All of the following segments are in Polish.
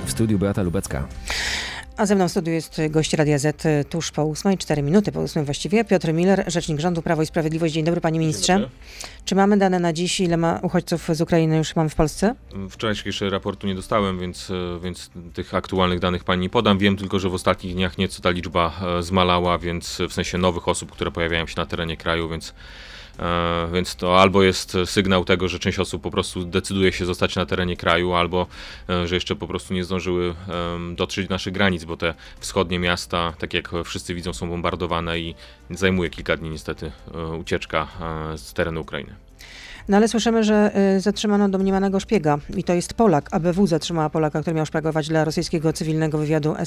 W studiu Beata Lubecka. A ze mną w studiu jest gość Radia Z tuż po 8, 4 minuty po 8 właściwie. Piotr Miller, rzecznik rządu Prawo i Sprawiedliwość. Dzień dobry, panie ministrze. Czy mamy dane na dziś, ile ma uchodźców z Ukrainy już mamy w Polsce? Wczorajszego jeszcze raportu nie dostałem, więc tych aktualnych danych pani nie podam. Wiem tylko, że w ostatnich dniach nieco ta liczba zmalała, więc w sensie nowych osób, które pojawiają się na terenie kraju, więc to albo jest sygnał tego, że część osób po prostu decyduje się zostać na terenie kraju, albo że jeszcze po prostu nie zdążyły dotrzeć do naszych granic, bo te wschodnie miasta, tak jak wszyscy widzą, są bombardowane i zajmuje kilka dni niestety ucieczka z terenu Ukrainy. No ale słyszymy, że zatrzymano domniemanego szpiega i to jest Polak. ABW zatrzymała Polaka, który miał szpiegować dla rosyjskiego cywilnego wywiadu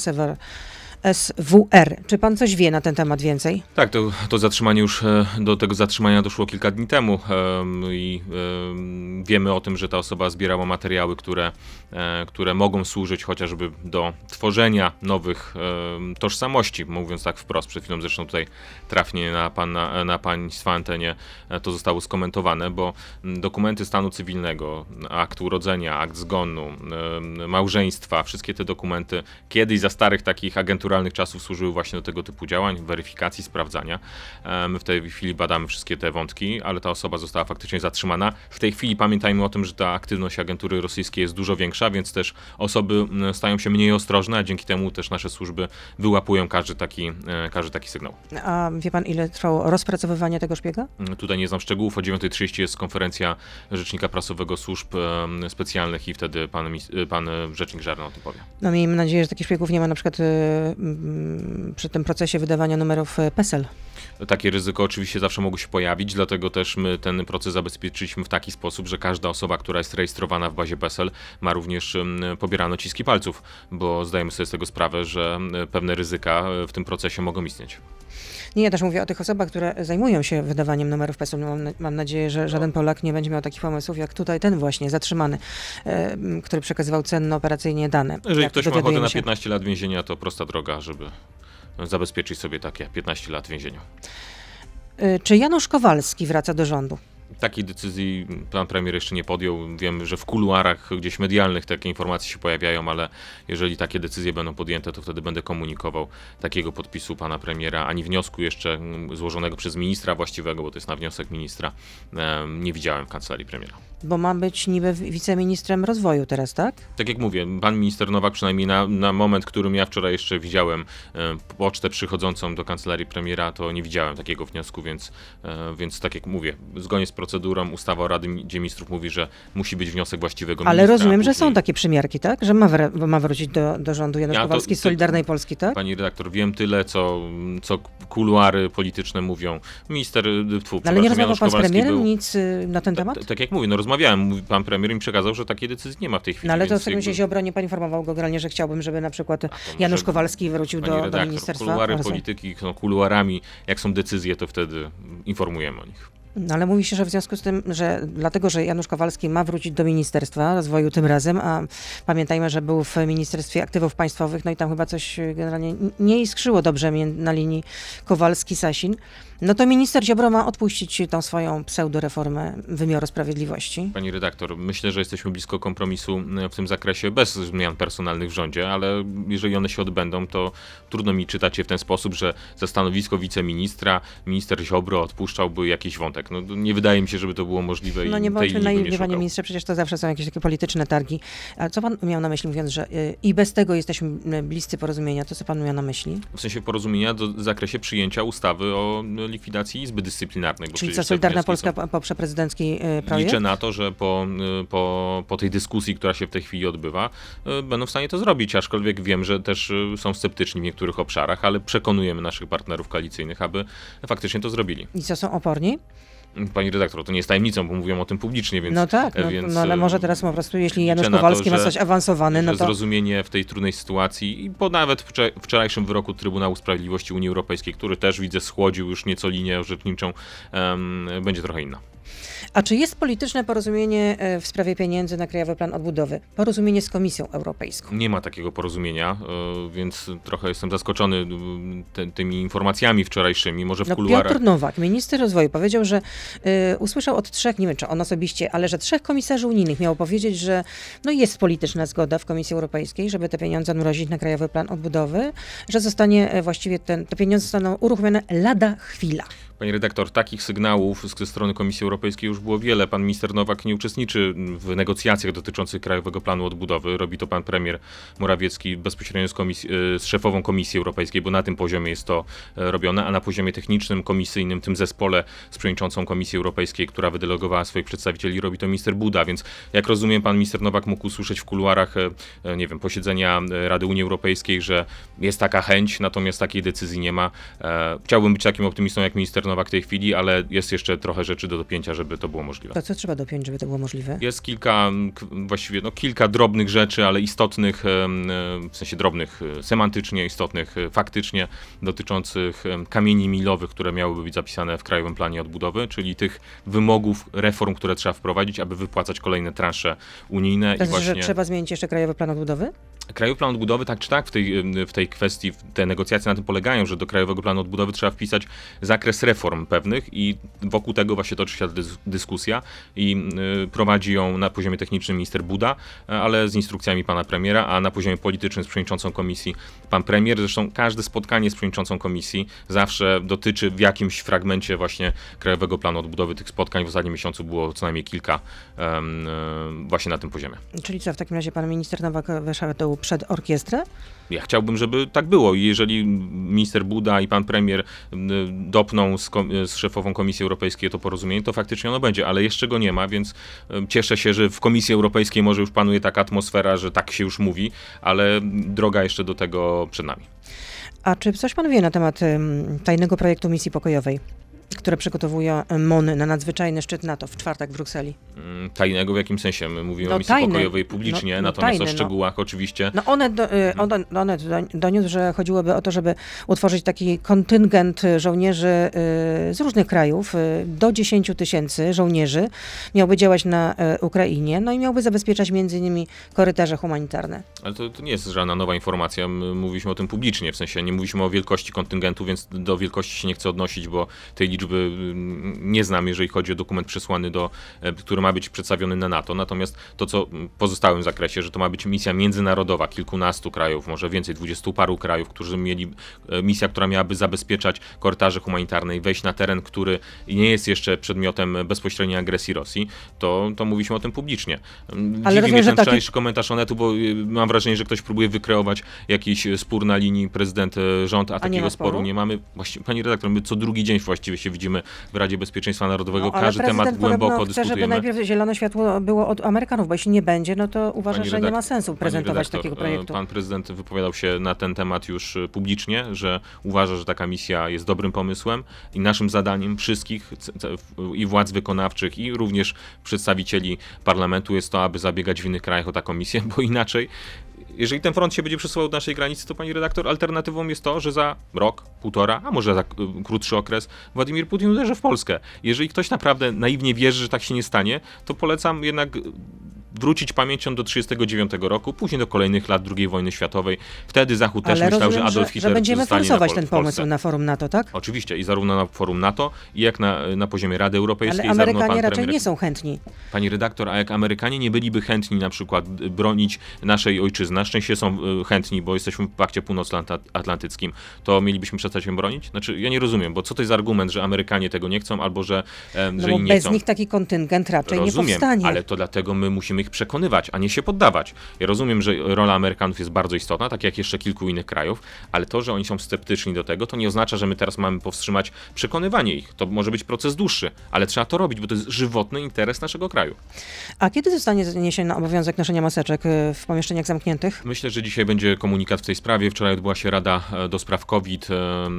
SWR. Czy pan coś wie na ten temat więcej? Tak, to zatrzymanie już, do tego zatrzymania doszło kilka dni temu i wiemy o tym, że ta osoba zbierała materiały, które mogą służyć chociażby do tworzenia nowych tożsamości, mówiąc tak wprost. Przed chwilą zresztą tutaj trafnie na państwa antenie to zostało skomentowane, bo dokumenty stanu cywilnego, akt urodzenia, akt zgonu, małżeństwa, wszystkie te dokumenty kiedyś za starych takich agenturalnych czasów służyły właśnie do tego typu działań, weryfikacji, sprawdzania. My w tej chwili badamy wszystkie te wątki, ale ta osoba została faktycznie zatrzymana. W tej chwili pamiętajmy o tym, że ta aktywność agentury rosyjskiej jest dużo większa, więc też osoby stają się mniej ostrożne, a dzięki temu też nasze służby wyłapują każdy taki sygnał. A wie pan, ile trwało rozpracowywanie tego szpiega? Tutaj nie znam szczegółów. O 9:30 jest konferencja rzecznika prasowego służb specjalnych i wtedy pan rzecznik Żarna o tym powie. No miejmy nadzieję, że takich szpiegów nie ma na przykład przy tym procesie wydawania numerów PESEL. Takie ryzyko oczywiście zawsze mogło się pojawić, dlatego też my ten proces zabezpieczyliśmy w taki sposób, że każda osoba, która jest rejestrowana w bazie PESEL, ma również pobierane odciski palców, bo zdajemy sobie z tego sprawę, że pewne ryzyka w tym procesie mogą istnieć. Nie, ja też mówię o tych osobach, które zajmują się wydawaniem numerów PESEL. Mam nadzieję, że żaden Polak nie będzie miał takich pomysłów, jak tutaj ten właśnie zatrzymany, który przekazywał cenne operacyjnie dane. Jeżeli ktoś ma ochotę na 15 lat więzienia, to prosta droga, żeby zabezpieczyć sobie takie 15 lat więzienia. Czy Janusz Kowalski wraca do rządu? Takiej decyzji pan premier jeszcze nie podjął. Wiem, że w kuluarach gdzieś medialnych takie informacje się pojawiają, ale jeżeli takie decyzje będą podjęte, to wtedy będę komunikował. Takiego podpisu pana premiera, ani wniosku jeszcze złożonego przez ministra właściwego, bo to jest na wniosek ministra, nie widziałem w kancelarii premiera. Bo ma być niby wiceministrem rozwoju teraz, tak? Tak jak mówię, pan minister Nowak przynajmniej na moment, którym ja wczoraj jeszcze widziałem pocztę przychodzącą do kancelarii premiera, to nie widziałem takiego wniosku, więc tak jak mówię, zgodnie z procedurą ustawa o Radzie Ministrów mówi, że musi być wniosek właściwego ministra. Ale rozumiem, że są takie przymiarki, tak? Że ma wrócić do rządu Janusz Kowalski z Solidarnej Polski, tak? Pani redaktor, wiem tyle, co kuluary polityczne mówią. Ale nie rozmawiał pan z premierem nic na ten temat? Tak jak mówię, rozmawiałem. Pan premier mi przekazał, że takiej decyzji nie ma w tej chwili. No ale to w takim razie obronie poinformował go generalnie, że chciałbym, żeby na przykład Janusz Kowalski wrócił do ministerstwa. Kuluary polityki są kuluarami. Jak są decyzje, to wtedy informujemy o nich. No ale mówi się, że w związku z tym, że dlatego, że Janusz Kowalski ma wrócić do Ministerstwa Rozwoju tym razem, a pamiętajmy, że był w Ministerstwie Aktywów Państwowych, no i tam chyba coś generalnie nie iskrzyło dobrze na linii Kowalski-Sasin, no to minister Ziobro ma odpuścić tą swoją pseudoreformę wymiaru sprawiedliwości. Pani redaktor, myślę, że jesteśmy blisko kompromisu w tym zakresie bez zmian personalnych w rządzie, ale jeżeli one się odbędą, to trudno mi czytać je w ten sposób, że za stanowisko wiceministra minister Ziobro odpuszczałby jakiś wątek. No, nie wydaje mi się, żeby to było możliwe. No nie bądźmy naiwni, panie ministrze, przecież to zawsze są jakieś takie polityczne targi. A co pan miał na myśli, mówiąc, że i bez tego jesteśmy bliscy porozumienia? To co pan miał na myśli? W sensie porozumienia w zakresie przyjęcia ustawy o likwidacji Izby Dyscyplinarnej. Czyli co, Solidarna Polska poprze prezydencki projekt? Liczę na to, że po tej dyskusji, która się w tej chwili odbywa, będą w stanie to zrobić, aczkolwiek wiem, że też są sceptyczni w niektórych obszarach, ale przekonujemy naszych partnerów koalicyjnych, aby faktycznie to zrobili. I co, są oporni? Pani redaktor, to nie jest tajemnicą, bo mówią o tym publicznie, więc... No tak, no ale może teraz po prostu, jeśli Janusz Kowalski ma coś awansowany, no to... Zrozumienie w tej trudnej sytuacji i po nawet wczorajszym wyroku Trybunału Sprawiedliwości Unii Europejskiej, który też widzę schłodził już nieco linię orzeczniczą, będzie trochę inna. A czy jest polityczne porozumienie w sprawie pieniędzy na Krajowy Plan Odbudowy? Porozumienie z Komisją Europejską? Nie ma takiego porozumienia, więc trochę jestem zaskoczony tymi informacjami wczorajszymi. Może w kuluarach... Piotr Nowak, minister rozwoju, powiedział, że usłyszał od 3, nie wiem czy on osobiście, ale że 3 komisarzy unijnych miało powiedzieć, że jest polityczna zgoda w Komisji Europejskiej, żeby te pieniądze odmrozić na Krajowy Plan Odbudowy, że zostanie właściwie te pieniądze zostaną uruchomione lada chwila. Panie redaktor, takich sygnałów ze strony Komisji Europejskiej już było wiele. Pan minister Nowak nie uczestniczy w negocjacjach dotyczących Krajowego Planu Odbudowy. Robi to pan premier Morawiecki bezpośrednio z szefową Komisji Europejskiej, bo na tym poziomie jest to robione, a na poziomie technicznym, komisyjnym, tym zespole z przewodniczącą Komisji Europejskiej, która wydelegowała swoich przedstawicieli, robi to minister Buda. Więc jak rozumiem, pan minister Nowak mógł usłyszeć w kuluarach, posiedzenia Rady Unii Europejskiej, że jest taka chęć, natomiast takiej decyzji nie ma. Chciałbym być takim optymistą jak minister Nowak w tej chwili, ale jest jeszcze trochę rzeczy do dopięcia, żeby to było możliwe. To co trzeba dopiąć, żeby to było możliwe? Jest kilka drobnych rzeczy, ale istotnych, w sensie drobnych semantycznie, istotnych faktycznie, dotyczących kamieni milowych, które miałyby być zapisane w Krajowym Planie Odbudowy, czyli tych wymogów, reform, które trzeba wprowadzić, aby wypłacać kolejne transze unijne. To znaczy, że trzeba zmienić jeszcze Krajowy Plan Odbudowy? Krajowy Plan Odbudowy, tak czy tak, w tej kwestii, te negocjacje na tym polegają, że do Krajowego Planu Odbudowy trzeba wpisać zakres reform pewnych i wokół tego właśnie toczy się dyskusja i prowadzi ją na poziomie technicznym minister Buda, ale z instrukcjami pana premiera, a na poziomie politycznym z przewodniczącą komisji pan premier. Zresztą każde spotkanie z przewodniczącą komisji zawsze dotyczy w jakimś fragmencie właśnie Krajowego Planu Odbudowy. Tych spotkań w ostatnim miesiącu było co najmniej kilka właśnie na tym poziomie. Czyli co, w takim razie pan minister Nowak wyszedł przed orkiestrę? Ja chciałbym, żeby tak było i jeżeli minister Buda i pan premier dopną z szefową Komisji Europejskiej to porozumienie, to faktycznie ono będzie, ale jeszcze go nie ma, więc cieszę się, że w Komisji Europejskiej może już panuje taka atmosfera, że tak się już mówi, ale droga jeszcze do tego przed nami. A czy coś pan wie na temat tajnego projektu misji pokojowej, które przygotowuje MON na nadzwyczajny szczyt NATO w czwartek w Brukseli? Tajnego w jakim sensie? My mówimy o misji pokojowej publicznie, natomiast tajne, o szczegółach oczywiście. Onet doniósł, że chodziłoby o to, żeby utworzyć taki kontyngent żołnierzy z różnych krajów, do 10 000 żołnierzy miałby działać na Ukrainie, i miałby zabezpieczać między innymi korytarze humanitarne. Ale to nie jest żadna nowa informacja, my mówiliśmy o tym publicznie, w sensie nie mówiliśmy o wielkości kontyngentu, więc do wielkości się nie chcę odnosić, bo tej liczby nie znam, jeżeli chodzi o dokument przesłany który ma być przedstawiony na NATO. Natomiast to, co w pozostałym zakresie, że to ma być misja międzynarodowa, kilkunastu krajów, może więcej, 20 paru krajów, którzy mieli misja, która miałaby zabezpieczać korytarze humanitarne i wejść na teren, który nie jest jeszcze przedmiotem bezpośredniej agresji Rosji, to mówiliśmy o tym publicznie. Dziwi mnie ten wczorajszy komentarz Onetu, bo mam wrażenie, że ktoś próbuje wykreować jakiś spór na linii prezydent-rząd, a takiego sporu nie mamy. Pani redaktor, my co drugi dzień właściwie się widzimy w Radzie Bezpieczeństwa Narodowego. Każdy temat głęboko dyskutujemy. Żeby najpierw zielone światło było od Amerykanów, bo jeśli nie będzie, to uważa, że nie ma sensu prezentować takiego projektu. Pan prezydent wypowiadał się na ten temat już publicznie, że uważa, że taka misja jest dobrym pomysłem i naszym zadaniem wszystkich i władz wykonawczych i również przedstawicieli parlamentu jest to, aby zabiegać w innych krajach o taką misję, bo inaczej jeżeli ten front się będzie przesuwał do naszej granicy, to pani redaktor, alternatywą jest to, że za rok, półtora, a może za krótszy okres Władimir Putin uderzy w Polskę. Jeżeli ktoś naprawdę naiwnie wierzy, że tak się nie stanie, to polecam jednak wrócić pamięcią do 1939 roku, później do kolejnych lat II wojny światowej. Wtedy Zachód też myślał, że Adolf Hitler że będziemy forsować ten pomysł Polsce. Na forum NATO, tak? Oczywiście i zarówno na forum NATO, i jak na poziomie Rady Europejskiej. Ale Amerykanie raczej nie są chętni. Pani redaktor, a jak Amerykanie nie byliby chętni na przykład bronić naszej ojczyzny, na szczęście są chętni, bo jesteśmy w Pakcie Północnoatlantyckim, to mielibyśmy przestać ją bronić? Znaczy, ja nie rozumiem, bo co to jest argument, że Amerykanie tego nie chcą, albo że inni nie bez chcą? Nich taki kontyngent raczej nie powstanie. Ale to dlatego my musimy ich przekonywać, a nie się poddawać. Ja rozumiem, że rola Amerykanów jest bardzo istotna, tak jak jeszcze kilku innych krajów, ale to, że oni są sceptyczni do tego, to nie oznacza, że my teraz mamy powstrzymać przekonywanie ich. To może być proces dłuższy, ale trzeba to robić, bo to jest żywotny interes naszego kraju. A kiedy zostanie zniesiony obowiązek noszenia maseczek w pomieszczeniach zamkniętych? Myślę, że dzisiaj będzie komunikat w tej sprawie. Wczoraj odbyła się Rada do spraw COVID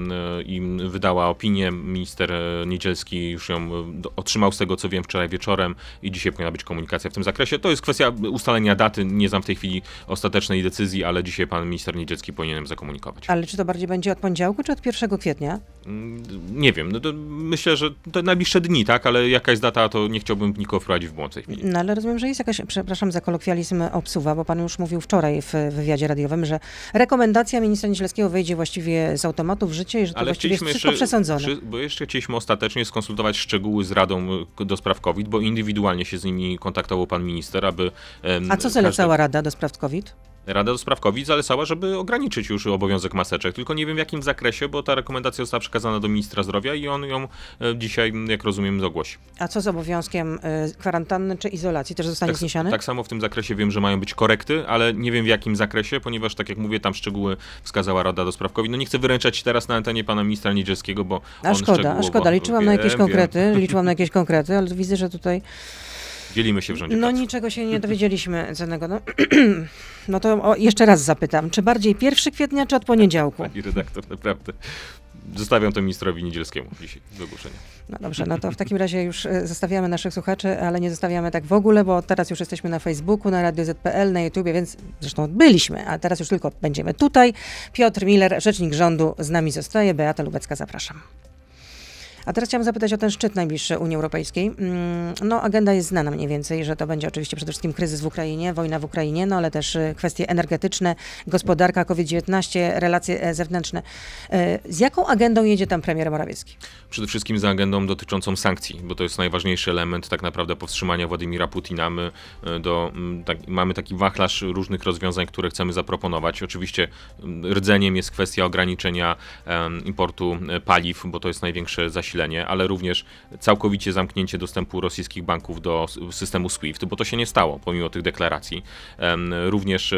i wydała opinię. Minister Niedzielski już ją otrzymał z tego, co wiem, wczoraj wieczorem i dzisiaj powinna być komunikacja w tym zakresie. To jest jest kwestia ustalenia daty, nie znam w tej chwili ostatecznej decyzji, ale dzisiaj pan minister Niedzielski powinien zakomunikować. Ale czy to bardziej będzie od poniedziałku, czy od 1 kwietnia? Nie wiem, no to myślę, że to najbliższe dni, tak, ale jaka jest data, to nie chciałbym nikogo wprowadzić w błąd w tej chwili. No ale rozumiem, że jest jakaś, przepraszam za kolokwializm, obsuwa, bo pan już mówił wczoraj w wywiadzie radiowym, że rekomendacja ministra Niedzielskiego wejdzie właściwie z automatu w życie i że to właściwie jest wszystko przesądzone. Bo jeszcze chcieliśmy ostatecznie skonsultować szczegóły z Radą do spraw COVID, bo indywidualnie się z nimi kontaktował pan minister, aby... A co zalecała Rada do spraw COVID? Rada do spraw COVID zalecała, żeby ograniczyć już obowiązek maseczek, tylko nie wiem w jakim zakresie, bo ta rekomendacja została przekazana do ministra zdrowia i on ją dzisiaj, jak rozumiem, ogłosi. A co z obowiązkiem kwarantanny czy izolacji? Też zostanie zniesiony? Tak samo w tym zakresie wiem, że mają być korekty, ale nie wiem w jakim zakresie, ponieważ tak jak mówię, tam szczegóły wskazała Rada do spraw COVID. No nie chcę wyręczać teraz na antenie pana ministra Niedzielskiego, bo on szkoda. Liczyłam na jakieś konkrety, ale widzę, że tutaj... Dzielimy się w rządzie. No niczego się nie dowiedzieliśmy cennego. No to jeszcze raz zapytam, czy bardziej 1 kwietnia, czy od poniedziałku? Pani redaktor, naprawdę. Zostawiam to ministrowi Niedzielskiemu dzisiaj do ogłoszenia. No dobrze, no to w takim razie już zostawiamy naszych słuchaczy, ale nie zostawiamy tak w ogóle, bo teraz już jesteśmy na Facebooku, na Radio ZPL, na YouTubie, więc zresztą byliśmy, a teraz już tylko będziemy tutaj. Piotr Miller, rzecznik rządu, z nami zostaje. Beata Lubecka, zapraszam. A teraz chciałam zapytać o ten szczyt najbliższy Unii Europejskiej. No, agenda jest znana mniej więcej, że to będzie oczywiście przede wszystkim kryzys w Ukrainie, wojna w Ukrainie, no ale też kwestie energetyczne, gospodarka, COVID-19, relacje zewnętrzne. Z jaką agendą jedzie tam premier Morawiecki? Przede wszystkim za agendą dotyczącą sankcji, bo to jest najważniejszy element tak naprawdę powstrzymania Władimira Putina. My mamy taki wachlarz różnych rozwiązań, które chcemy zaproponować. Oczywiście rdzeniem jest kwestia ograniczenia importu paliw, bo to jest największe zasilenie, ale również całkowicie zamknięcie dostępu rosyjskich banków do systemu SWIFT, bo to się nie stało pomimo tych deklaracji. Również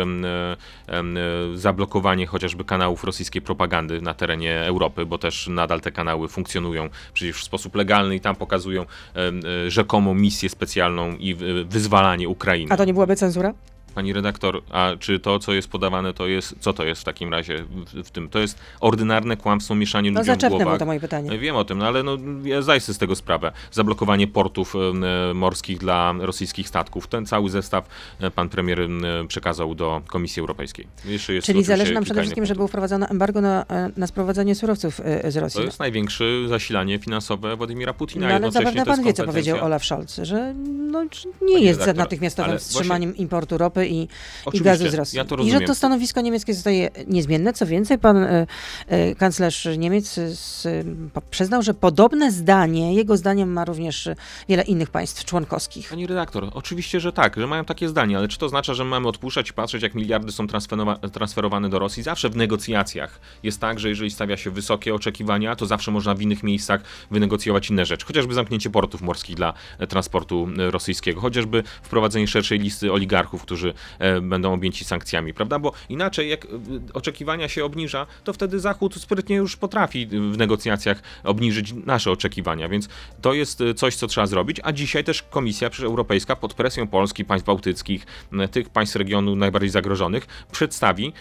zablokowanie chociażby kanałów rosyjskiej propagandy na terenie Europy, bo też nadal te kanały funkcjonują przecież w sposób legalny i tam pokazują rzekomą misję specjalną i wyzwalanie Ukrainy. A to nie byłaby cenzura? Pani redaktor, a czy to, co jest podawane, to jest, co to jest w takim razie w tym? To jest ordynarne kłamstwo, mieszanie ludziom w głowach. No zaczepne to moje pytanie. Wiem o tym, ale ja zdaję sobie z tego sprawę. Zablokowanie portów morskich dla rosyjskich statków. Ten cały zestaw pan premier przekazał do Komisji Europejskiej. Czyli zależy nam przede wszystkim, żeby było wprowadzone embargo na sprowadzanie surowców z Rosji. To jest największe zasilanie finansowe Władimira Putina. No, ale zapewne pan wie, co powiedział Olaf Scholz, że nie jest za natychmiastowym wstrzymaniem importu ropy i gazu z Rosji. Ja to i że to stanowisko niemieckie zostaje niezmienne. Co więcej, pan kanclerz Niemiec przyznał, że podobne zdanie, jego zdaniem ma również wiele innych państw członkowskich. Pani redaktor, oczywiście, że tak, że mają takie zdanie, ale czy to oznacza, że mamy odpuszczać i patrzeć, jak miliardy są transferowane do Rosji? Zawsze w negocjacjach jest tak, że jeżeli stawia się wysokie oczekiwania, to zawsze można w innych miejscach wynegocjować inne rzeczy. Chociażby zamknięcie portów morskich dla transportu rosyjskiego, chociażby wprowadzenie szerszej listy oligarchów, którzy będą objęci sankcjami, prawda? Bo inaczej, jak oczekiwania się obniża, to wtedy Zachód sprytnie już potrafi w negocjacjach obniżyć nasze oczekiwania, więc to jest coś, co trzeba zrobić, a dzisiaj też Komisja Europejska pod presją Polski, państw bałtyckich, tych państw regionu najbardziej zagrożonych, przedstawi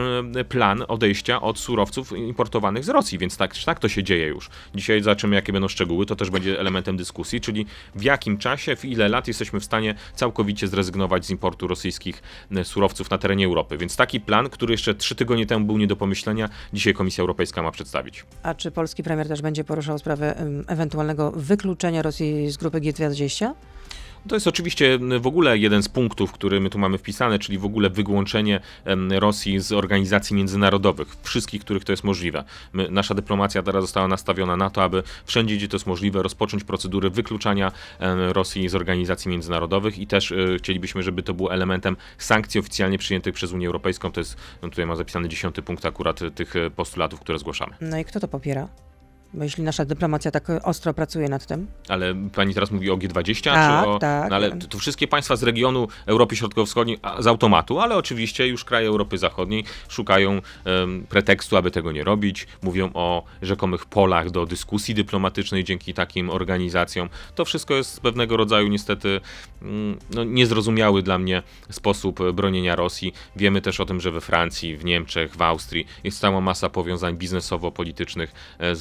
plan odejścia od surowców importowanych z Rosji, więc tak to się dzieje już. Dzisiaj zobaczymy, jakie będą szczegóły, to też będzie elementem dyskusji, czyli w jakim czasie, w ile lat jesteśmy w stanie całkowicie zrezygnować z importu rosyjskich surowców na terenie Europy. Więc taki plan, który jeszcze 3 tygodnie temu był nie do pomyślenia, dzisiaj Komisja Europejska ma przedstawić. A czy polski premier też będzie poruszał sprawę ewentualnego wykluczenia Rosji z grupy G20? To jest oczywiście w ogóle jeden z punktów, który my tu mamy wpisane, czyli w ogóle wyłączenie Rosji z organizacji międzynarodowych, wszystkich, których to jest możliwe. Nasza dyplomacja teraz została nastawiona na to, aby wszędzie, gdzie to jest możliwe, rozpocząć procedury wykluczania Rosji z organizacji międzynarodowych i też chcielibyśmy, żeby to było elementem sankcji oficjalnie przyjętych przez Unię Europejską. To jest, tutaj mam zapisany 10. punkt akurat tych postulatów, które zgłaszamy. No i kto to popiera? Bo jeśli nasza dyplomacja tak ostro pracuje nad tym. Ale pani teraz mówi o G20? Tak, czy o... tak. No, ale to wszystkie państwa z regionu Europy Środkowo-Wschodniej z automatu, ale oczywiście już kraje Europy Zachodniej szukają pretekstu, aby tego nie robić. Mówią o rzekomych polach do dyskusji dyplomatycznej dzięki takim organizacjom. To wszystko jest pewnego rodzaju niestety niezrozumiały dla mnie sposób bronienia Rosji. Wiemy też o tym, że we Francji, w Niemczech, w Austrii jest cała masa powiązań biznesowo-politycznych z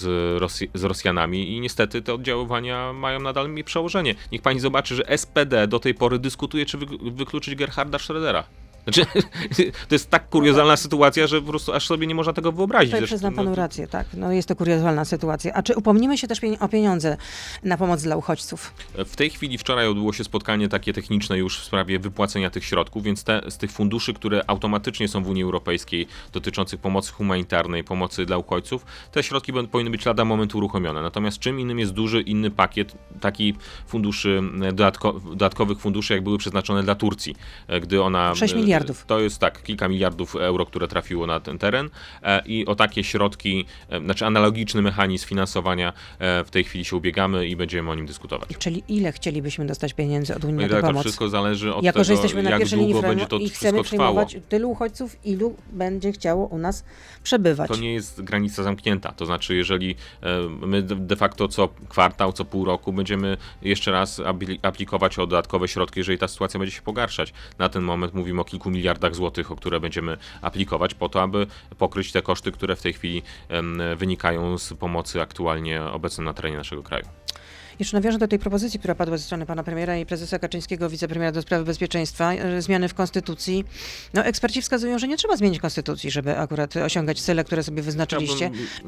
z Rosjanami i niestety te oddziaływania mają nadal przełożenie. Niech pani zobaczy, że SPD do tej pory dyskutuje, czy wykluczyć Gerharda Schrödera. Znaczy, to jest tak kuriozalna sytuacja, że po prostu aż sobie nie można tego wyobrazić. Tutaj przyznam panu rację, tak. No jest to kuriozalna sytuacja. A czy upomnimy się też o pieniądze na pomoc dla uchodźców? W tej chwili wczoraj odbyło się spotkanie takie techniczne już w sprawie wypłacenia tych środków, więc z tych funduszy, które automatycznie są w Unii Europejskiej dotyczących pomocy humanitarnej, pomocy dla uchodźców, te środki powinny być lada moment uruchomione. Natomiast czym innym jest duży, inny pakiet, taki funduszy, dodatkowych funduszy, jak były przeznaczone dla Turcji, gdy ona... 6 miliardów. To jest tak, kilka miliardów euro, które trafiło na ten teren i o takie środki, znaczy analogiczny mechanizm finansowania w tej chwili się ubiegamy i będziemy o nim dyskutować. Czyli ile chcielibyśmy dostać pieniędzy od Unii na tę To pomoc? wszystko zależy od jako, tego, że jesteśmy na jak pierwszej linii długo front będzie to i wszystko chcemy trwało. przyjmować tylu uchodźców, ilu będzie chciało u nas przebywać. To nie jest granica zamknięta. To znaczy, jeżeli my de facto co kwartał, co pół roku będziemy jeszcze raz aplikować o dodatkowe środki, jeżeli ta sytuacja będzie się pogarszać. Na ten moment mówimy o kilku miliardach złotych, o które będziemy aplikować po to, aby pokryć te koszty, które w tej chwili wynikają z pomocy aktualnie obecnej na terenie naszego kraju. Jeszcze nawiążę do tej propozycji, która padła ze strony pana premiera i prezesa Kaczyńskiego, wicepremiera do spraw bezpieczeństwa, zmiany w konstytucji. No, eksperci wskazują, że nie trzeba zmienić konstytucji, żeby akurat osiągać cele, które sobie wyznaczyliście.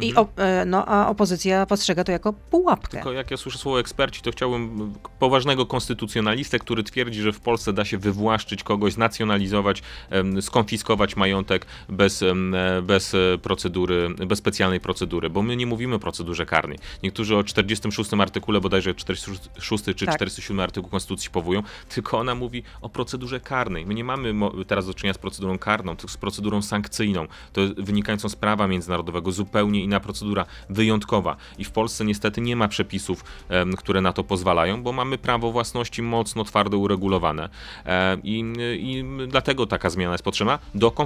A opozycja postrzega to jako pułapkę. Tylko jak ja słyszę słowo eksperci, to chciałbym poważnego konstytucjonalistę, który twierdzi, że w Polsce da się wywłaszczyć kogoś, znacjonalizować, skonfiskować majątek bez procedury, bez specjalnej procedury, bo my nie mówimy o procedurze karnej. Niektórzy o 46 artykule bodajże 46 czy 47 artykuł Konstytucji powołują, tylko ona mówi o procedurze karnej. My nie mamy teraz do czynienia z procedurą karną, tylko z procedurą sankcyjną. To jest wynikającą z prawa międzynarodowego, zupełnie inna procedura, wyjątkowa. I w Polsce niestety nie ma przepisów, które na to pozwalają, bo mamy prawo własności mocno, twardo uregulowane. I dlatego taka zmiana jest potrzebna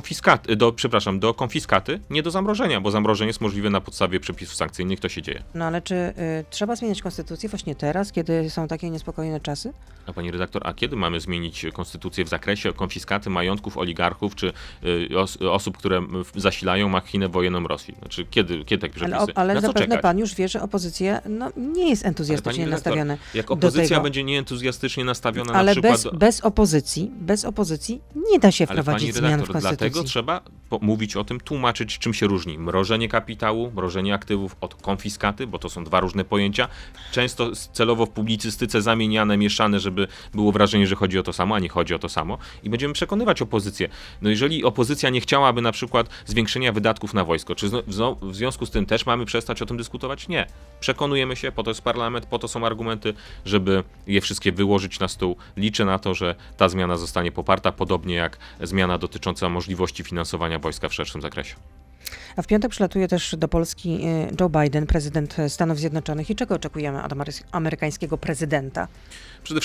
do konfiskaty, nie do zamrożenia, bo zamrożenie jest możliwe na podstawie przepisów sankcyjnych, to się dzieje. No ale czy trzeba zmieniać konstytucję właśnie teraz, kiedy są takie niespokojne czasy? A pani redaktor, a kiedy mamy zmienić konstytucję w zakresie konfiskaty majątków oligarchów, czy osób, które zasilają machinę wojenną Rosji? Znaczy, kiedy takie przepisy? Ale zapewne pan już wie, że opozycja nie jest entuzjastycznie nastawiona. Jak opozycja będzie nieentuzjastycznie nastawiona ale na przykład... bez opozycji nie da się wprowadzić zmian w konstytucji. Dlatego trzeba mówić o tym, tłumaczyć, czym się różni mrożenie kapitału, mrożenie aktywów od konfiskaty, bo to są dwa różne pojęcia. Często celowo w publicystyce zamieniane, mieszane, żeby było wrażenie, że chodzi o to samo, a nie chodzi o to samo. I będziemy przekonywać opozycję. No jeżeli opozycja nie chciałaby na przykład zwiększenia wydatków na wojsko, czy w związku z tym też mamy przestać o tym dyskutować? Nie. Przekonujemy się, po to jest parlament, po to są argumenty, żeby je wszystkie wyłożyć na stół. Liczę na to, że ta zmiana zostanie poparta, podobnie jak zmiana dotycząca możliwości finansowania wojska w szerszym zakresie. A w piątek przylatuje też do Polski Joe Biden, prezydent Stanów Zjednoczonych. I czego oczekujemy od amerykańskiego prezydenta? Przede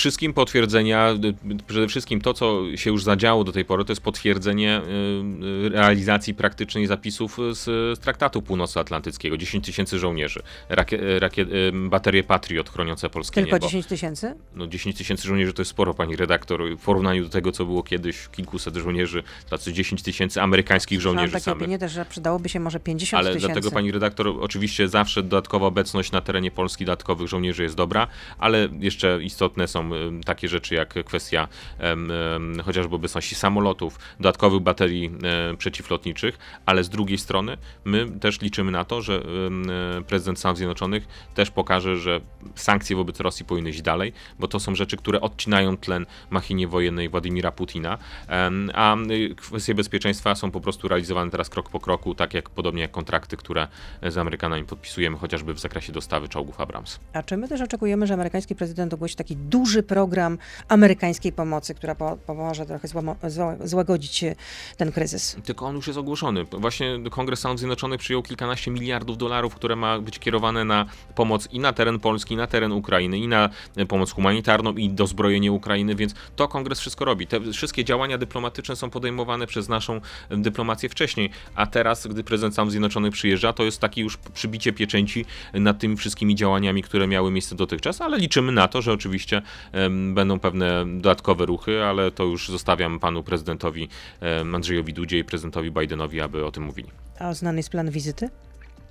wszystkim to, co się już zadziało do tej pory, to jest potwierdzenie realizacji praktycznej zapisów z Traktatu Północnoatlantyckiego. 10 tysięcy żołnierzy, baterie Patriot chroniące polskie niebo. Tylko 10 tysięcy? No 10 tysięcy żołnierzy to jest sporo, pani redaktor, w porównaniu do tego, co było kiedyś, kilkuset żołnierzy, tacy 10 tysięcy amerykańskich żołnierzy samych. Mam takie opinie też, że przydałoby się może 50 tysięcy. Ale dlatego, pani redaktor, oczywiście zawsze dodatkowa obecność na terenie Polski dodatkowych żołnierzy jest dobra, ale jeszcze istotne są takie rzeczy jak kwestia chociażby obecności samolotów, dodatkowych baterii przeciwlotniczych, ale z drugiej strony my też liczymy na to, że prezydent Stanów Zjednoczonych też pokaże, że sankcje wobec Rosji powinny iść dalej, bo to są rzeczy, które odcinają tlen machinie wojennej Władimira Putina, a kwestie bezpieczeństwa są po prostu realizowane teraz krok po kroku, podobnie jak kontrakty, które z Amerykanami podpisujemy, chociażby w zakresie dostawy czołgów Abrams. A czy my też oczekujemy, że amerykański prezydent ogłosi taki duży program amerykańskiej pomocy, która pomoże trochę złagodzić ten kryzys? Tylko on już jest ogłoszony. Właśnie Kongres Stanów Zjednoczonych przyjął kilkanaście miliardów dolarów, które ma być kierowane na pomoc i na teren Polski, i na teren Ukrainy, i na pomoc humanitarną, i dozbrojenie Ukrainy, więc to Kongres wszystko robi. Te wszystkie działania dyplomatyczne są podejmowane przez naszą dyplomację wcześniej, a teraz, gdy prezydent Stanów Zjednoczonych przyjeżdża, to jest takie już przybicie pieczęci nad tymi wszystkimi działaniami, które miały miejsce dotychczas, ale liczymy na to, że oczywiście będą pewne dodatkowe ruchy, ale to już zostawiam panu prezydentowi Andrzejowi Dudzie i prezydentowi Bidenowi, aby o tym mówili. A znany jest plan wizyty?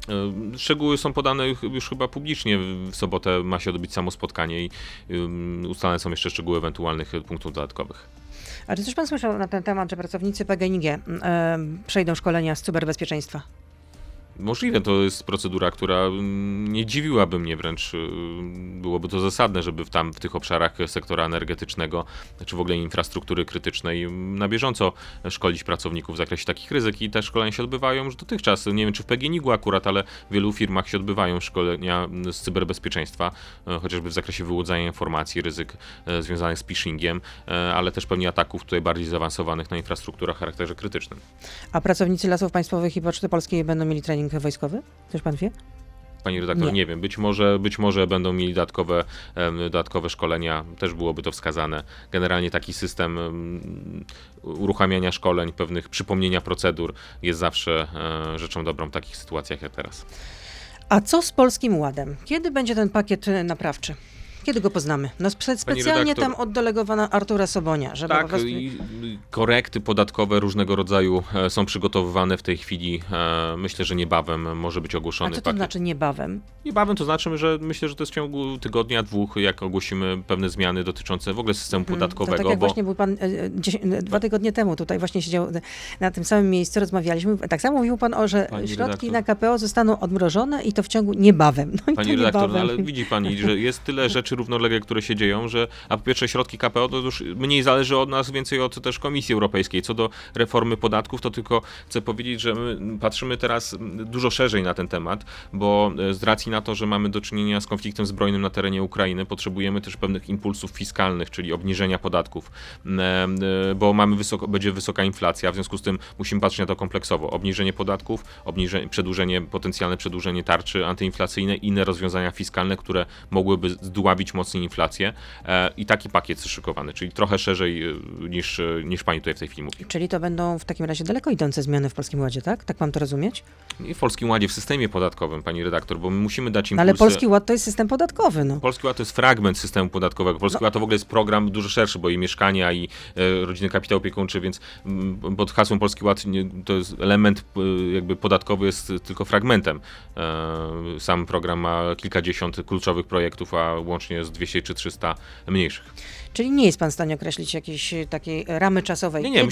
Szczegóły są podane już chyba publicznie. W sobotę ma się odbyć samo spotkanie i ustalane są jeszcze szczegóły ewentualnych punktów dodatkowych. A czy coś pan słyszał na ten temat, że pracownicy PGNiG przejdą szkolenia z cyberbezpieczeństwa? Możliwe, to jest procedura, która nie dziwiłaby mnie, wręcz byłoby to zasadne, żeby w tych obszarach sektora energetycznego, czy w ogóle infrastruktury krytycznej na bieżąco szkolić pracowników w zakresie takich ryzyk i te szkolenia się odbywają już dotychczas. Nie wiem, czy w PGNiG-u akurat, ale w wielu firmach się odbywają szkolenia z cyberbezpieczeństwa, chociażby w zakresie wyłudzania informacji, ryzyk związanych z phishingiem, ale też pewnie ataków tutaj bardziej zaawansowanych na infrastrukturę o charakterze krytycznym. A pracownicy Lasów Państwowych i Poczty Polskiej będą mieli trening wojskowy? Coś pan wie? Pani redaktor, nie wiem. Być może będą mieli dodatkowe szkolenia, też byłoby to wskazane. Generalnie taki system uruchamiania szkoleń, pewnych przypomnienia procedur jest zawsze rzeczą dobrą w takich sytuacjach jak teraz. A co z Polskim Ładem? Kiedy będzie ten pakiet naprawczy? Kiedy go poznamy? No specjalnie tam oddelegowano Artura Sobonia, żeby tak, po prostu... i korekty podatkowe różnego rodzaju są przygotowywane w tej chwili. Myślę, że niebawem może być ogłoszony pakiet. A co to znaczy niebawem? Niebawem to znaczy, że myślę, że to jest w ciągu tygodnia, 2, jak ogłosimy pewne zmiany dotyczące w ogóle systemu podatkowego. To tak jak właśnie był pan 2 tygodnie temu tutaj właśnie siedział na tym samym miejscu, rozmawialiśmy. Tak samo mówił pan, że środki na KPO zostaną odmrożone i to w ciągu niebawem. No pani redaktor, no ale widzi pani, że jest tyle rzeczy równolegle, które się dzieją, że po pierwsze środki KPO to już mniej zależy od nas, więcej od też Komisji Europejskiej. Co do reformy podatków, to tylko chcę powiedzieć, że my patrzymy teraz dużo szerzej na ten temat, bo z racji na to, że mamy do czynienia z konfliktem zbrojnym na terenie Ukrainy, potrzebujemy też pewnych impulsów fiskalnych, czyli obniżenia podatków, bo będzie wysoka inflacja, w związku z tym musimy patrzeć na to kompleksowo. Obniżenie podatków, potencjalne przedłużenie tarczy antyinflacyjnej, inne rozwiązania fiskalne, które mogłyby zdławić mocniej inflację i taki pakiet jest szykowany, czyli trochę szerzej niż pani tutaj w tej chwili mówi. Czyli to będą w takim razie daleko idące zmiany w Polskim Ładzie, tak? Tak mam to rozumieć? I w Polskim Ładzie, w systemie podatkowym, pani redaktor, bo my musimy dać impulsy. Ale Polski Ład to jest system podatkowy, no. Polski Ład to jest fragment systemu podatkowego. Polski Ład to w ogóle jest program dużo szerszy, bo i mieszkania, i rodziny kapitał opiekuńczy, więc pod hasłem Polski Ład to jest element jakby podatkowy jest tylko fragmentem. Sam program ma kilkadziesiąt kluczowych projektów, a łącznie jest 200 czy 300 mniejszych. Czyli nie jest pan w stanie określić jakiejś takiej ramy czasowej? Nie,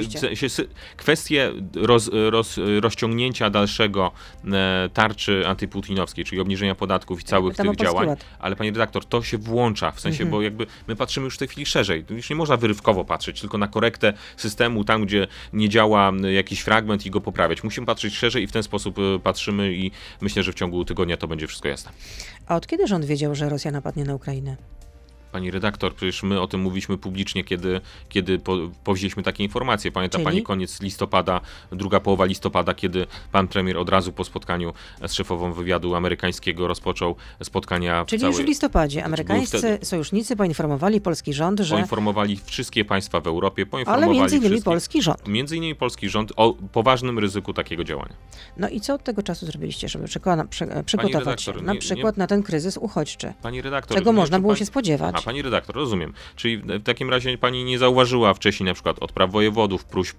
kwestie rozciągnięcia dalszego tarczy antyputinowskiej, czyli obniżenia podatków i całych tych działań, ale pani redaktor, to się włącza, w sensie, bo jakby my patrzymy już w tej chwili szerzej. Już nie można wyrywkowo patrzeć, tylko na korektę systemu, tam gdzie nie działa jakiś fragment i go poprawiać. Musimy patrzeć szerzej i w ten sposób patrzymy i myślę, że w ciągu tygodnia to będzie wszystko jasne. A od kiedy rząd wiedział, że Rosja napadnie na Ukrainę? Pani redaktor, przecież my o tym mówiliśmy publicznie, kiedy powzięliśmy takie informacje. Pamięta pani koniec listopada, druga połowa listopada, kiedy pan premier od razu po spotkaniu z szefową wywiadu amerykańskiego rozpoczął spotkania Czyli już w listopadzie amerykańscy sojusznicy poinformowali polski rząd, że... Poinformowali wszystkie państwa w Europie, ale między innymi polski rząd. Między innymi polski rząd o poważnym ryzyku takiego działania. No i co od tego czasu zrobiliście, żeby przygotować się na przykład na ten kryzys uchodźczy? Pani redaktor, czego można było się spodziewać? Pani redaktor, rozumiem. Czyli w takim razie pani nie zauważyła wcześniej na przykład od praw wojewodów, próśb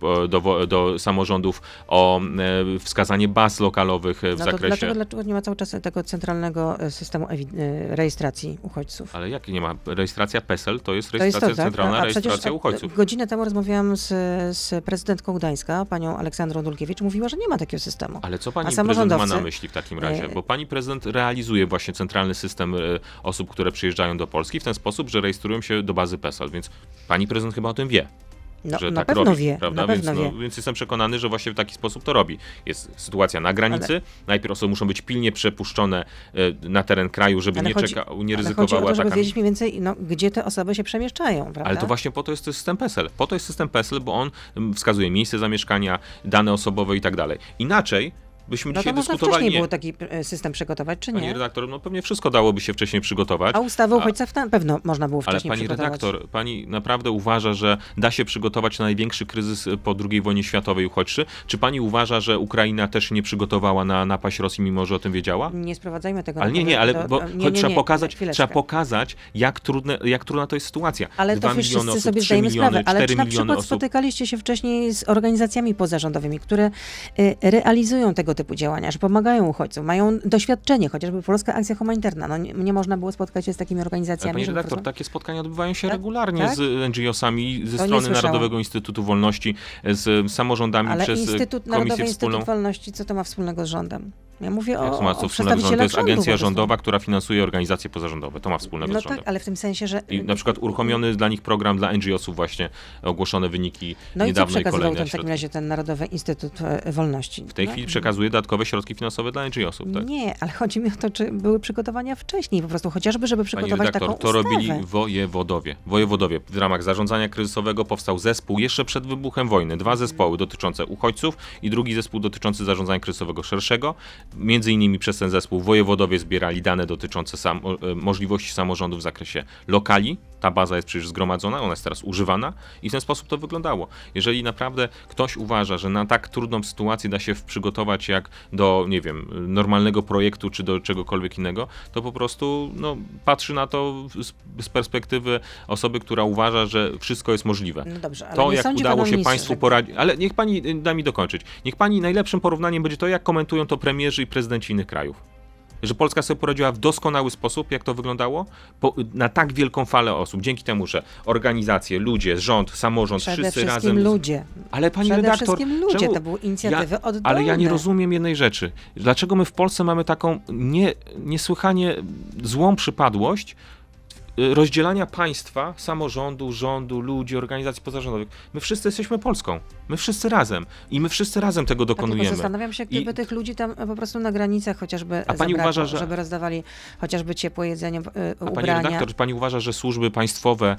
do samorządów o wskazanie baz lokalowych w zakresie... Dlaczego nie ma cały czas tego centralnego systemu rejestracji uchodźców? Ale jak nie ma? Rejestracja PESEL to jest rejestracja centralna, rejestracja uchodźców. Godzinę temu rozmawiałam z prezydentką Gdańska, panią Aleksandrą Dulkiewicz, mówiła, że nie ma takiego systemu. Ale co pani prezydent ma na myśli w takim razie? Bo pani prezydent realizuje właśnie centralny system osób, które przyjeżdżają do Polski w ten sposób, że rejestrują się do bazy PESEL, więc pani prezydent chyba o tym wie. No, że na tak pewno robi, wie, prawda? na pewno wie. Więc jestem przekonany, że właśnie w taki sposób to robi. Jest sytuacja na granicy, najpierw osoby muszą być pilnie przepuszczone na teren kraju, żeby nie ryzykowały chodzi o to, żeby atakami. wiedzieć mniej więcej, gdzie te osoby się przemieszczają, prawda? Ale to właśnie po to jest system PESEL. Po to jest system PESEL, bo on wskazuje miejsce zamieszkania, dane osobowe i tak dalej. Inaczej byśmy dzisiaj dyskutowali... wcześniej było taki system przygotować, czy nie? Pani redaktor, pewnie wszystko dałoby się wcześniej przygotować. A ustawę o uchodźcach na pewno można było wcześniej przygotować. Ale pani redaktor, pani naprawdę uważa, że da się przygotować na największy kryzys po II wojnie światowej uchodźczy? Czy pani uważa, że Ukraina też nie przygotowała na napaść Rosji, mimo że o tym wiedziała? Nie sprowadzajmy tego ale trzeba pokazać, jak trudna to jest sytuacja. Ale to wszyscy sobie zdajemy sprawę. Ale czy na przykład spotykaliście się wcześniej z organizacjami pozarządowymi, które realizują tego typu działania, że pomagają uchodźcom, mają doświadczenie, chociażby Polska Akcja Humanitarna. No nie można było spotkać się z takimi organizacjami. Pani redaktor, takie spotkania odbywają się regularnie tak? z NGO-sami, ze To strony Narodowego Instytutu Wolności, z samorządami ale przez Narodowy Komisję Wspólną. Instytut Wolności, co to ma wspólnego z rządem? Ja mówię o wspólnego z rządem? przedstawicielach To jest rządu agencja rządowa, która finansuje organizacje pozarządowe. To ma wspólnego z rządem. Tak, ale w tym sensie, że... I na przykład uruchomiony dla nich program dla NGO-sów właśnie, ogłoszone wyniki No i co niedawno i przekazywał kolejne tam w takim środki. razie ten Narodowy Instytut Wolności? W tej chwili przekazuje dodatkowe środki finansowe dla NGO-sów. Tak? Nie, ale chodzi mi o to, czy były przygotowania wcześniej, po prostu chociażby, żeby przygotować taką to ustawę. robili wojewodowie. Wojewodowie. W ramach zarządzania kryzysowego powstał zespół jeszcze przed wybuchem wojny. 2 zespoły dotyczące uchodźców i drugi zespół dotyczący zarządzania kryzysowego szerszego. Między innymi przez ten zespół wojewodowie zbierali dane dotyczące możliwości samorządu w zakresie lokali. Ta baza jest przecież zgromadzona, ona jest teraz używana i w ten sposób to wyglądało. Jeżeli naprawdę ktoś uważa, że na tak trudną sytuację da się przygotować jak do, nie wiem, normalnego projektu czy do czegokolwiek innego, to po prostu patrzy na to z perspektywy osoby, która uważa, że wszystko jest możliwe. No dobrze, ale to, nie jak sądzi udało pan, się ministrze, państwu że... poradzić, ale niech pani da mi dokończyć. Niech pani najlepszym porównaniem będzie to, jak komentują to premierzy i prezydenci innych krajów. Że Polska sobie poradziła w doskonały sposób, jak to wyglądało, na tak wielką falę osób. Dzięki temu, że organizacje, ludzie, rząd, samorząd, wszyscy razem... ludzie. Ale pani Przede redaktor... wszystkim ludzie, to były inicjatywy oddolne. Ale ja nie rozumiem jednej rzeczy. Dlaczego my w Polsce mamy taką niesłychanie złą przypadłość rozdzielania państwa, samorządu, rządu, ludzi, organizacji pozarządowych. My wszyscy jesteśmy Polską. My wszyscy razem. I my wszyscy razem tego dokonujemy. Zastanawiam się, gdyby tych ludzi tam po prostu na granicach chociażby pani uważa, że... żeby rozdawali chociażby ciepłe jedzenie, ubrania. Pani redaktor, czy pani uważa, że służby państwowe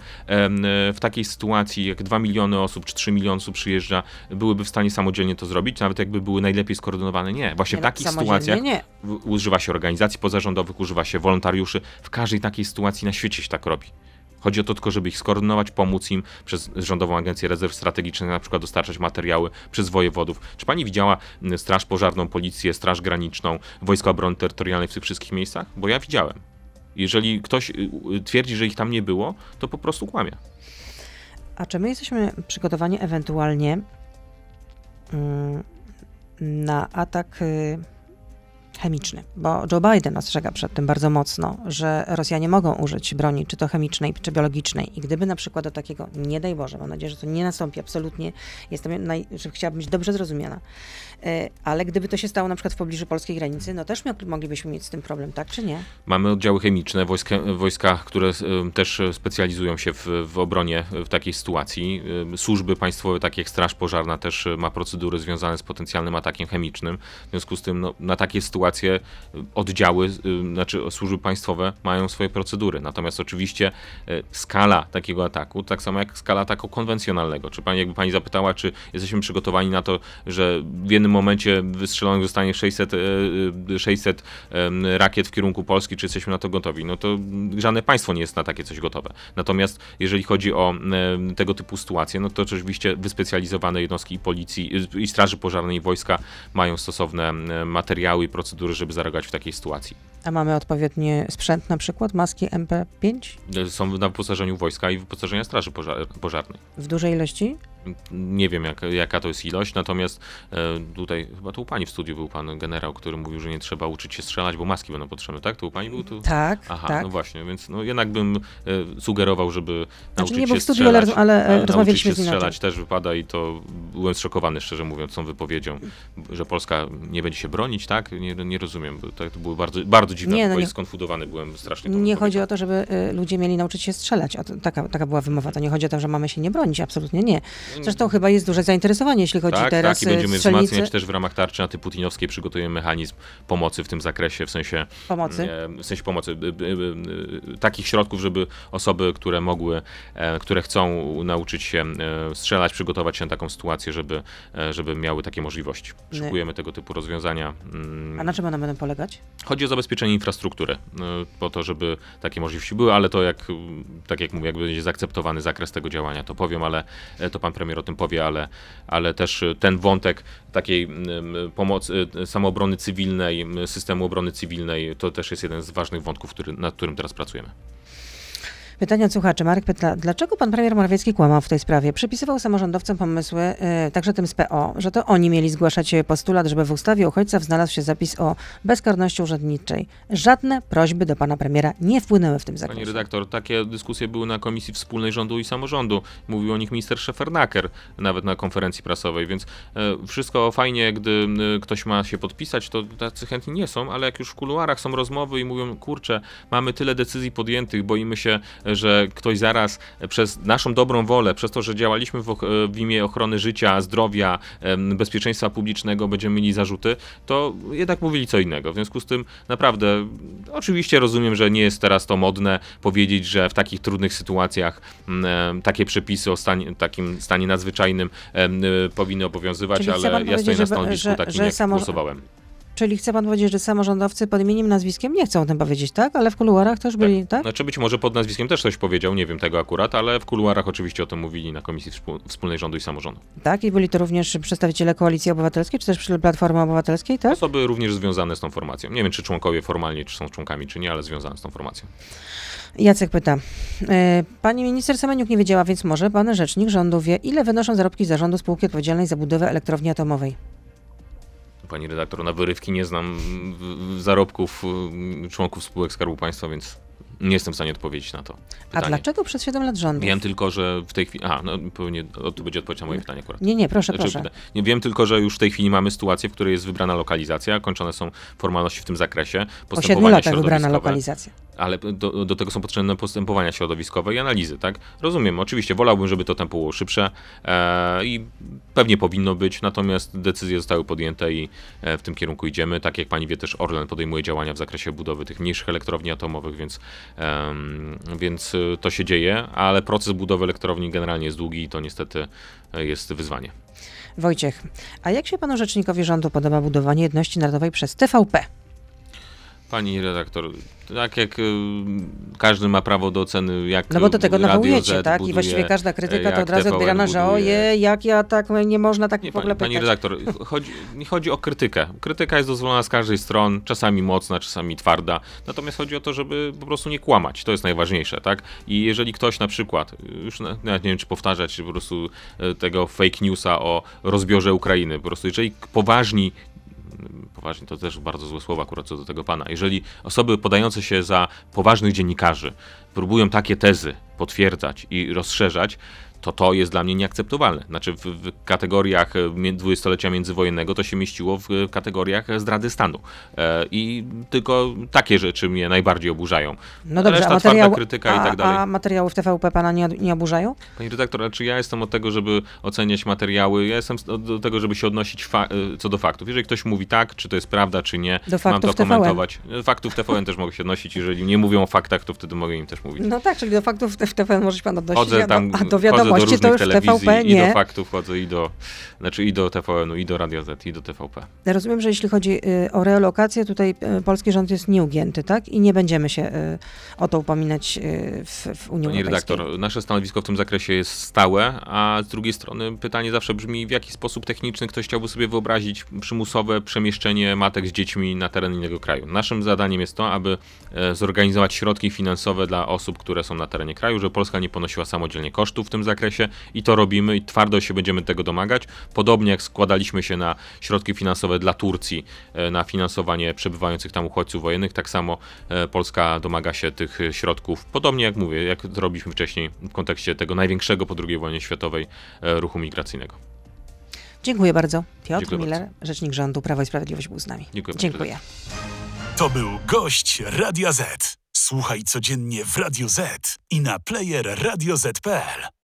w takiej sytuacji, jak 2 miliony osób czy 3 miliony osób przyjeżdża, byłyby w stanie samodzielnie to zrobić? Nawet jakby były najlepiej skoordynowane? Nie. Właśnie w takich sytuacjach używa się organizacji pozarządowych, używa się wolontariuszy. W każdej takiej sytuacji na świecie się tak robi. Chodzi o to tylko, żeby ich skoordynować, pomóc im przez Rządową Agencję Rezerw Strategicznych, na przykład dostarczać materiały przez wojewodów. Czy pani widziała Straż Pożarną, Policję, Straż Graniczną, Wojska Obrony Terytorialnej w tych wszystkich miejscach? Bo ja widziałem. Jeżeli ktoś twierdzi, że ich tam nie było, to po prostu kłamie. A czy my jesteśmy przygotowani ewentualnie na atak chemiczny, bo Joe Biden ostrzega przed tym bardzo mocno, że Rosjanie mogą użyć broni, czy to chemicznej, czy biologicznej. I gdyby na przykład do takiego, nie daj Boże, mam nadzieję, że to nie nastąpi, absolutnie, że chciałabym być dobrze zrozumiana, ale gdyby to się stało na przykład w pobliżu polskiej granicy, no też moglibyśmy mieć z tym problem, tak czy nie? Mamy oddziały chemiczne, wojska, które też specjalizują się w obronie w takiej sytuacji. Służby państwowe, takie jak Straż Pożarna, też ma procedury związane z potencjalnym atakiem chemicznym. W związku z tym na takie sytuacje oddziały, znaczy służby państwowe mają swoje procedury. Natomiast oczywiście skala takiego ataku, tak samo jak skala ataku konwencjonalnego. Czy jakby pani zapytała, czy jesteśmy przygotowani na to, że w jednym momencie wystrzelonych zostanie 600 rakiet w kierunku Polski, czy jesteśmy na to gotowi? No to żadne państwo nie jest na takie coś gotowe. Natomiast jeżeli chodzi o tego typu sytuacje, no to oczywiście wyspecjalizowane jednostki i policji, i Straży Pożarnej, i wojska mają stosowne materiały i procedury, żeby zareagować w takiej sytuacji. A mamy odpowiedni sprzęt, na przykład maski MP5? Są na wyposażeniu wojska i wyposażenia Straży Pożarnej. W dużej ilości? Nie wiem, jaka to jest ilość, natomiast tutaj, chyba tu u pani w studiu był pan generał, który mówił, że nie trzeba uczyć się strzelać, bo maski będą potrzebne, tak? To u pani był tu? Tak, Aha, tak. No właśnie, więc jednak bym sugerował, żeby nauczyć nie był się w studiu, strzelać. ale rozmawialiśmy z nim. Strzelać też wypada i to byłem zszokowany, szczerze mówiąc, tą wypowiedzią, że Polska nie będzie się bronić, tak? Nie rozumiem, bo to było bardzo, bardzo dziwne, skonfudowany byłem strasznie. Nie chodzi o to, żeby ludzie mieli nauczyć się strzelać. Taka była wymowa. To nie chodzi o to, że mamy się nie bronić, absolutnie nie. Zresztą chyba jest duże zainteresowanie, jeśli chodzi teraz i będziemy strzelnicy. wzmacniać też w ramach tarczy antyputinowskiej, przygotujemy mechanizm pomocy w tym zakresie, w sensie pomocy, takich środków, żeby osoby, które chcą nauczyć się strzelać, przygotować się na taką sytuację, żeby miały takie możliwości. Szykujemy tego typu rozwiązania. A na czym one będą polegać? Chodzi o zabezpieczenie infrastruktury, po to, żeby takie możliwości były, ale to tak jak mówię, jak będzie zaakceptowany zakres tego działania, to powiem, ale to pan premier o tym powie, ale też ten wątek takiej pomocy, samoobrony cywilnej, systemu obrony cywilnej, to też jest jeden z ważnych wątków, nad którym teraz pracujemy. Pytanie od słuchaczy. Marek pyta, dlaczego pan premier Morawiecki kłamał w tej sprawie? Przypisywał samorządowcom pomysły, także tym z PO, że to oni mieli zgłaszać postulat, żeby w ustawie o uchodźcach znalazł się zapis o bezkarności urzędniczej. Żadne prośby do pana premiera nie wpłynęły w tym zakresie. Pani redaktor, takie dyskusje były na Komisji Wspólnej Rządu i Samorządu. Mówił o nich minister Szefernaker, nawet na konferencji prasowej, więc wszystko fajnie, gdy ktoś ma się podpisać, to tacy chętni nie są, ale jak już w kuluarach są rozmowy i mówią, kurczę, mamy tyle decyzji podjętych, boimy się, że ktoś zaraz przez naszą dobrą wolę, przez to, że działaliśmy w imię ochrony życia, zdrowia, bezpieczeństwa publicznego, będziemy mieli zarzuty, to jednak mówili co innego. W związku z tym naprawdę, oczywiście rozumiem, że nie jest teraz to modne powiedzieć, że w takich trudnych sytuacjach takie przepisy o takim stanie nadzwyczajnym powinny obowiązywać, Czyli ale ja stoję na stanowisku takim, jak głosowałem. Czyli chce pan powiedzieć, że samorządowcy pod imieniem, nazwiskiem nie chcą o tym powiedzieć, tak? Ale w kuluarach też byli, tak? Znaczy być może pod nazwiskiem też coś powiedział, nie wiem tego akurat, ale w kuluarach oczywiście o tym mówili na Komisji Wspólnej Rządu i Samorządu. Tak? I byli to również przedstawiciele Koalicji Obywatelskiej, czy też Platformy Obywatelskiej, tak? Osoby również związane z tą formacją. Nie wiem, czy członkowie formalnie, czy są członkami, czy nie, ale związane z tą formacją. Jacek pyta. Pani minister Semeniuk nie wiedziała, więc może pan rzecznik rządu wie, ile wynoszą zarobki zarządu spółki odpowiedzialnej za budowę elektrowni atomowej? Pani redaktor, na wyrywki nie znam zarobków członków spółek Skarbu Państwa, więc nie jestem w stanie odpowiedzieć na to pytanie. A dlaczego przez 7 lat rządu? Wiem tylko, że w tej chwili... pewnie to będzie odpowiedź na moje pytanie akurat. Nie, proszę. Nie, wiem tylko, że już w tej chwili mamy sytuację, w której jest wybrana lokalizacja, kończone są formalności w tym zakresie. Po 7 latach wybrana lokalizacja. Ale do tego są potrzebne postępowania środowiskowe i analizy, tak? Rozumiem, oczywiście wolałbym, żeby to tempo było szybsze i pewnie powinno być, natomiast decyzje zostały podjęte i w tym kierunku idziemy. Tak jak pani wie, też Orlen podejmuje działania w zakresie budowy tych mniejszych elektrowni atomowych, więc to się dzieje, ale proces budowy elektrowni generalnie jest długi i to niestety jest wyzwanie. Wojciech, a jak się panu rzecznikowi rządu podoba budowanie jedności narodowej przez TVP? Pani redaktor, tak jak każdy ma prawo do oceny, jak no bo do tego nawołujecie, tak? Buduje, I właściwie każda krytyka to od razu odbierana, że ojej, jak ja tak, nie można tak w ogóle pytać. Pani redaktor, nie chodzi o krytykę. Krytyka jest dozwolona z każdej strony, czasami mocna, czasami twarda. Natomiast chodzi o to, żeby po prostu nie kłamać. To jest najważniejsze, tak? I jeżeli ktoś na przykład, już nawet nie wiem, czy powtarzać po prostu tego fake newsa o rozbiorze Ukrainy, po prostu jeżeli poważnie, to też bardzo złe słowa akurat co do tego pana. Jeżeli osoby podające się za poważnych dziennikarzy próbują takie tezy potwierdzać i rozszerzać, to jest dla mnie nieakceptowalne. Znaczy w kategoriach dwudziestolecia międzywojennego to się mieściło w kategoriach zdrady stanu. I tylko takie rzeczy mnie najbardziej oburzają. No dobrze, reszta, twarda krytyka i tak dalej. A materiały w TVP pana nie oburzają? Pani redaktor, czy ja jestem od tego, żeby oceniać materiały, ja jestem do tego, żeby się odnosić co do faktów. Jeżeli ktoś mówi tak, czy to jest prawda, czy nie, mam to komentować. Faktów TVN też mogę się odnosić. Jeżeli nie mówią o faktach, to wtedy mogę im też mówić. No tak, czyli do faktów w TVN może się pan odnosić, a do wiadomości do różnych to już telewizji, TVP nie. I do faktów wchodzę, i do TVN-u, i do Radia Z, i do TVP. Ja rozumiem, że jeśli chodzi o relokację, tutaj polski rząd jest nieugięty, tak? I nie będziemy się o to upominać w Unii Pani Europejskiej. redaktor, nasze stanowisko w tym zakresie jest stałe, a z drugiej strony pytanie zawsze brzmi, w jaki sposób techniczny ktoś chciałby sobie wyobrazić przymusowe przemieszczenie matek z dziećmi na teren innego kraju. Naszym zadaniem jest to, aby zorganizować środki finansowe dla osób, które są na terenie kraju, żeby Polska nie ponosiła samodzielnie kosztów w tym zakresie i to robimy i twardo się będziemy tego domagać. Podobnie jak składaliśmy się na środki finansowe dla Turcji, na finansowanie przebywających tam uchodźców wojennych, tak samo Polska domaga się tych środków, podobnie jak mówię, jak to robiliśmy wcześniej w kontekście tego największego po II wojnie światowej ruchu migracyjnego. Dziękuję bardzo. Piotr Miller, rzecznik rządu Prawo i Sprawiedliwość był z nami. Dziękuję. To był gość Radia Z. Słuchaj codziennie w Radio Z i na player radioz.pl.